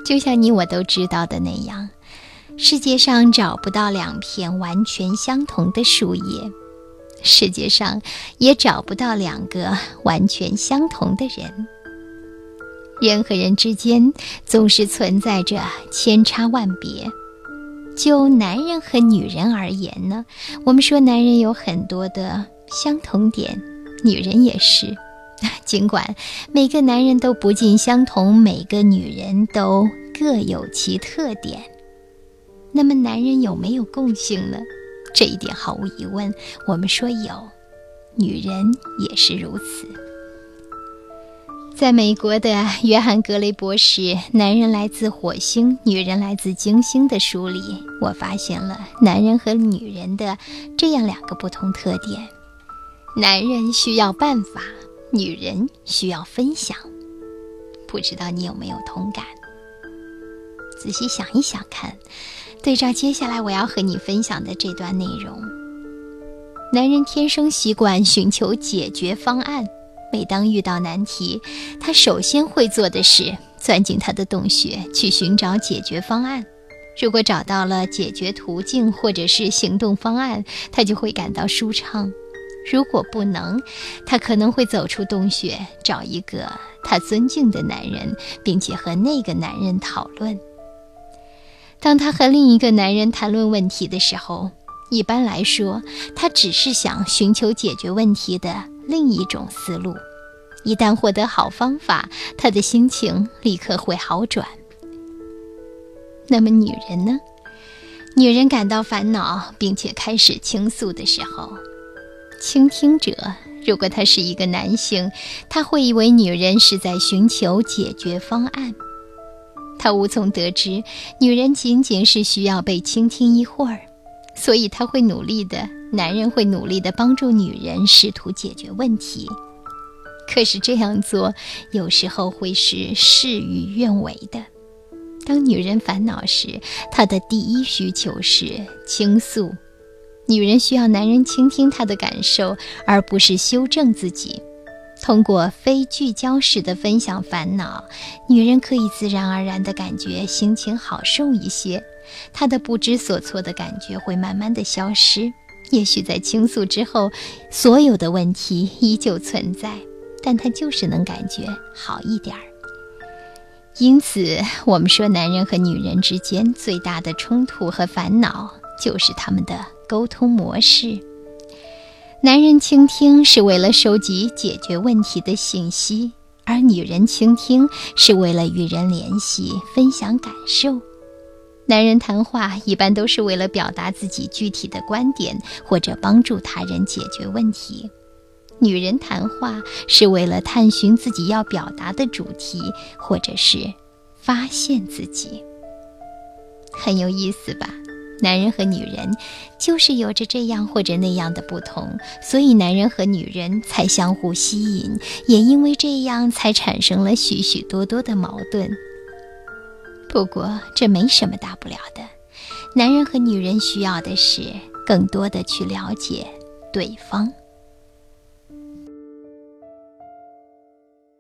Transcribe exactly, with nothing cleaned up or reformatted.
就像你我都知道的那样，世界上找不到两片完全相同的树叶，世界上也找不到两个完全相同的人。人和人之间总是存在着千差万别。就男人和女人而言呢，我们说男人有很多的相同点，女人也是。尽管每个男人都不尽相同，每个女人都各有其特点，那么男人有没有共性呢？这一点毫无疑问，我们说有，女人也是如此。在美国的约翰·格雷博士《男人来自火星，女人来自金星》的书里，我发现了男人和女人的这样两个不同特点。男人需要办法，女人需要分享。不知道你有没有同感？仔细想一想看，对照接下来我要和你分享的这段内容。男人天生习惯寻求解决方案，每当遇到难题，他首先会做的是钻进他的洞穴去寻找解决方案。如果找到了解决途径或者是行动方案，他就会感到舒畅。如果不能，他可能会走出洞穴，找一个他尊敬的男人，并且和那个男人讨论。当他和另一个男人谈论问题的时候，一般来说，他只是想寻求解决问题的另一种思路。一旦获得好方法，他的心情立刻会好转。那么女人呢？女人感到烦恼并且开始倾诉的时候，倾听者如果他是一个男性，他会以为女人是在寻求解决方案。他无从得知女人仅仅是需要被倾听一会儿，所以他会努力的，男人会努力的帮助女人试图解决问题。可是这样做有时候会是事与愿违的。当女人烦恼时，她的第一需求是倾诉。女人需要男人倾听她的感受，而不是修正自己。通过非聚焦式的分享烦恼，女人可以自然而然地感觉心情好受一些，她的不知所措的感觉会慢慢地消失。也许在倾诉之后，所有的问题依旧存在，但她就是能感觉好一点儿。因此，我们说男人和女人之间最大的冲突和烦恼，就是他们的沟通模式。男人倾听是为了收集解决问题的信息，而女人倾听是为了与人联系，分享感受。男人谈话一般都是为了表达自己具体的观点，或者帮助他人解决问题。女人谈话是为了探寻自己要表达的主题，或者是发现自己。很有意思吧？男人和女人就是有着这样或者那样的不同，所以男人和女人才相互吸引，也因为这样才产生了许许多多的矛盾。不过这没什么大不了的，男人和女人需要的是更多的去了解对方。